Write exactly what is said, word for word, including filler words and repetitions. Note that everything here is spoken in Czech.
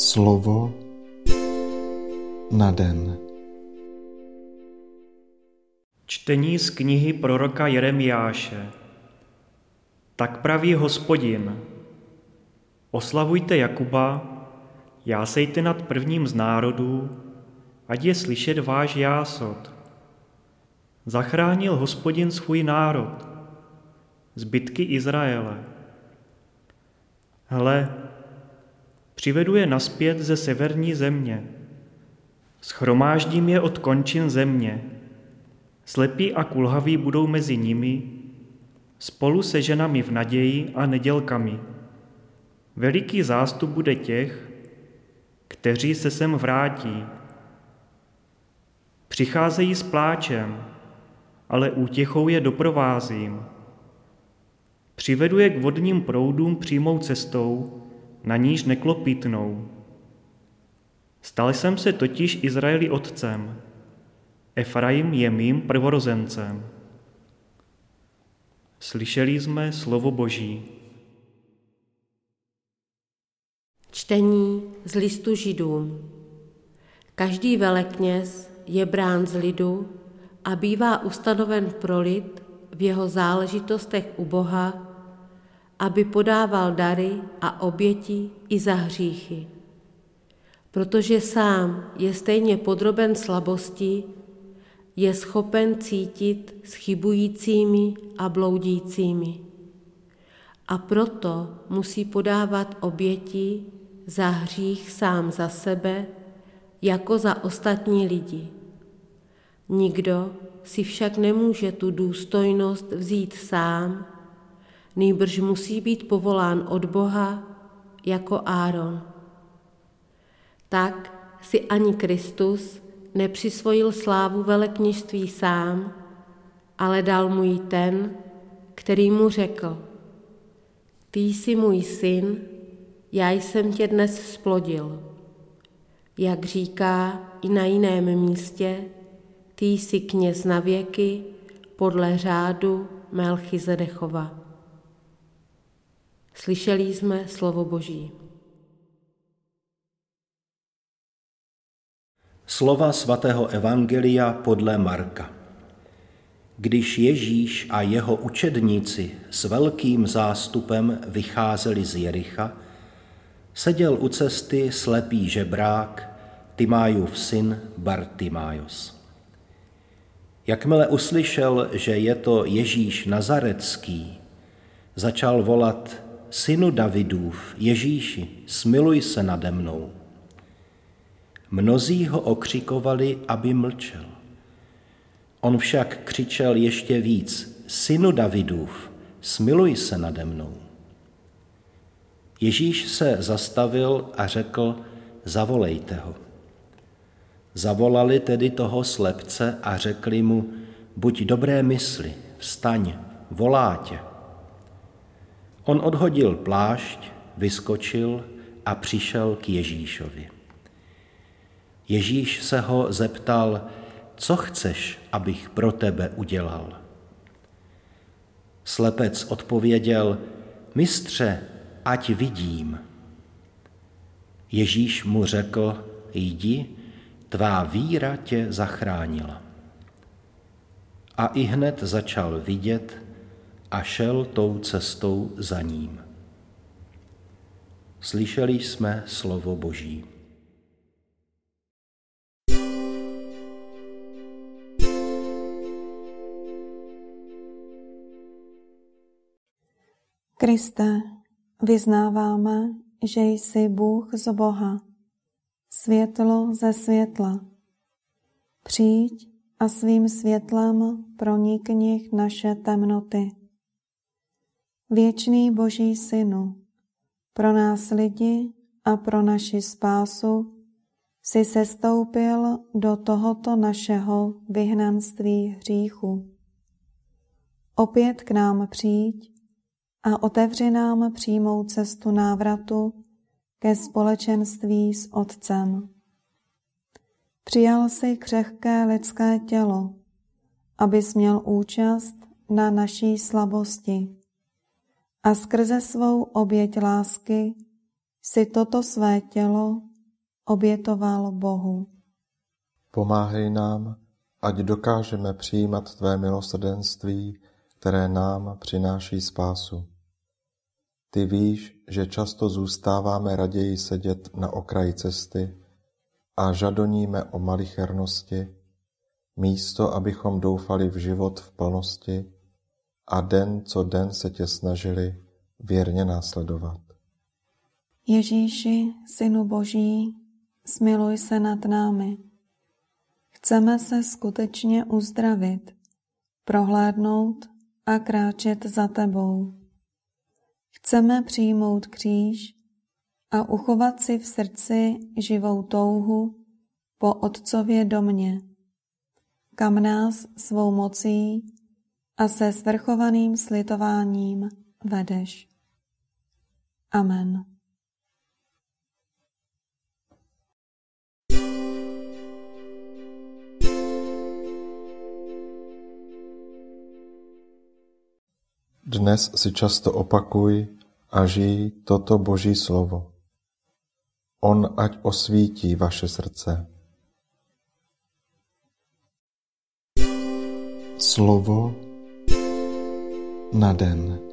Slovo na den. Čtení z knihy proroka Jeremiáše. Tak praví Hospodin: Oslavujte Jakuba, jásejte nad prvním z národů, ať je slyšet váš jásot. Zachránil Hospodin svůj národ, zbytky Izraele. Hle, přivedu je naspět ze severní země, shromáždím je od končin země, slepí a kulhaví budou mezi nimi, spolu se ženami v naději a nedělkami. Veliký zástup bude těch, kteří se sem vrátí. Přicházejí s pláčem, ale útěchou je doprovázím. Přivedu je k vodním proudům přímou cestou, na níž neklopítnou. Stal jsem se totiž Izraeli otcem, Efraim je mým prvorozencem. Slyšeli jsme slovo Boží. Čtení z listu Židům. Každý velekněz je brán z lidu a bývá ustanoven pro lid v jeho záležitostech u Boha, aby podával dary a oběti i za hříchy. Protože sám je stejně podroben slabosti, je schopen cítit s chybujícími a bloudícími. A proto musí podávat oběti za hřích sám za sebe, jako za ostatní lidi. Nikdo si však nemůže tu důstojnost vzít sám, nýbrž musí být povolán od Boha jako Áron. Tak si ani Kristus nepřisvojil slávu velekněžství sám, ale dal mu ji ten, který mu řekl: Ty jsi můj syn, já jsem tě dnes splodil. Jak říká i na jiném místě, ty jsi kněz na věky podle řádu Melchizedechova. Slyšeli jsme slovo Boží. Slova svatého evangelia podle Marka. Když Ježíš a jeho učedníci s velkým zástupem vycházeli z Jericha, seděl u cesty slepý žebrák, Timájův syn Bartimájos. Jakmile uslyšel, že je to Ježíš Nazaretský, začal volat: Synu Davidův, Ježíši, smiluj se nade mnou. Mnozí ho okřikovali, aby mlčel. On však křičel ještě víc: Synu Davidův, smiluj se nade mnou. Ježíš se zastavil a řekl: Zavolejte ho. Zavolali tedy toho slepce a řekli mu: Buď dobré mysli, vstaň, volá tě. On odhodil plášť, vyskočil a přišel k Ježíšovi. Ježíš se ho zeptal: Co chceš, abych pro tebe udělal? Slepec odpověděl: Mistře, ať vidím. Ježíš mu řekl: Jdi, tvá víra tě zachránila. A ihned začal vidět a šel tou cestou za ním. Slyšeli jsme slovo Boží. Kriste, vyznáváme, že jsi Bůh z Boha, světlo ze světla. Přijď a svým světlem pronikni naše temnoty. Věčný Boží Synu, pro nás lidi a pro naši spásu jsi sestoupil do tohoto našeho vyhnanství hříchu. Opět k nám přijď a otevři nám přímou cestu návratu ke společenství s Otcem. Přijal jsi křehké lidské tělo, abys měl účast na naší slabosti a skrze svou oběť lásky si toto své tělo obětoval Bohu. Pomáhej nám, ať dokážeme přijímat tvé milosrdenství, které nám přináší spásu. Ty víš, že často zůstáváme raději sedět na okraji cesty a žadoníme o malichernosti, místo abychom doufali v život v plnosti a den co den se tě snažili věrně následovat. Ježíši, Synu Boží, smiluj se nad námi. Chceme se skutečně uzdravit, prohlédnout a kráčet za tebou. Chceme přijmout kříž a uchovat si v srdci živou touhu po Otcově domě, kam nás svou mocí a se svrchovaným slitováním vedeš. Amen. Dnes si často opakuj a žij toto Boží slovo. On ať osvítí vaše srdce. Slovo na den.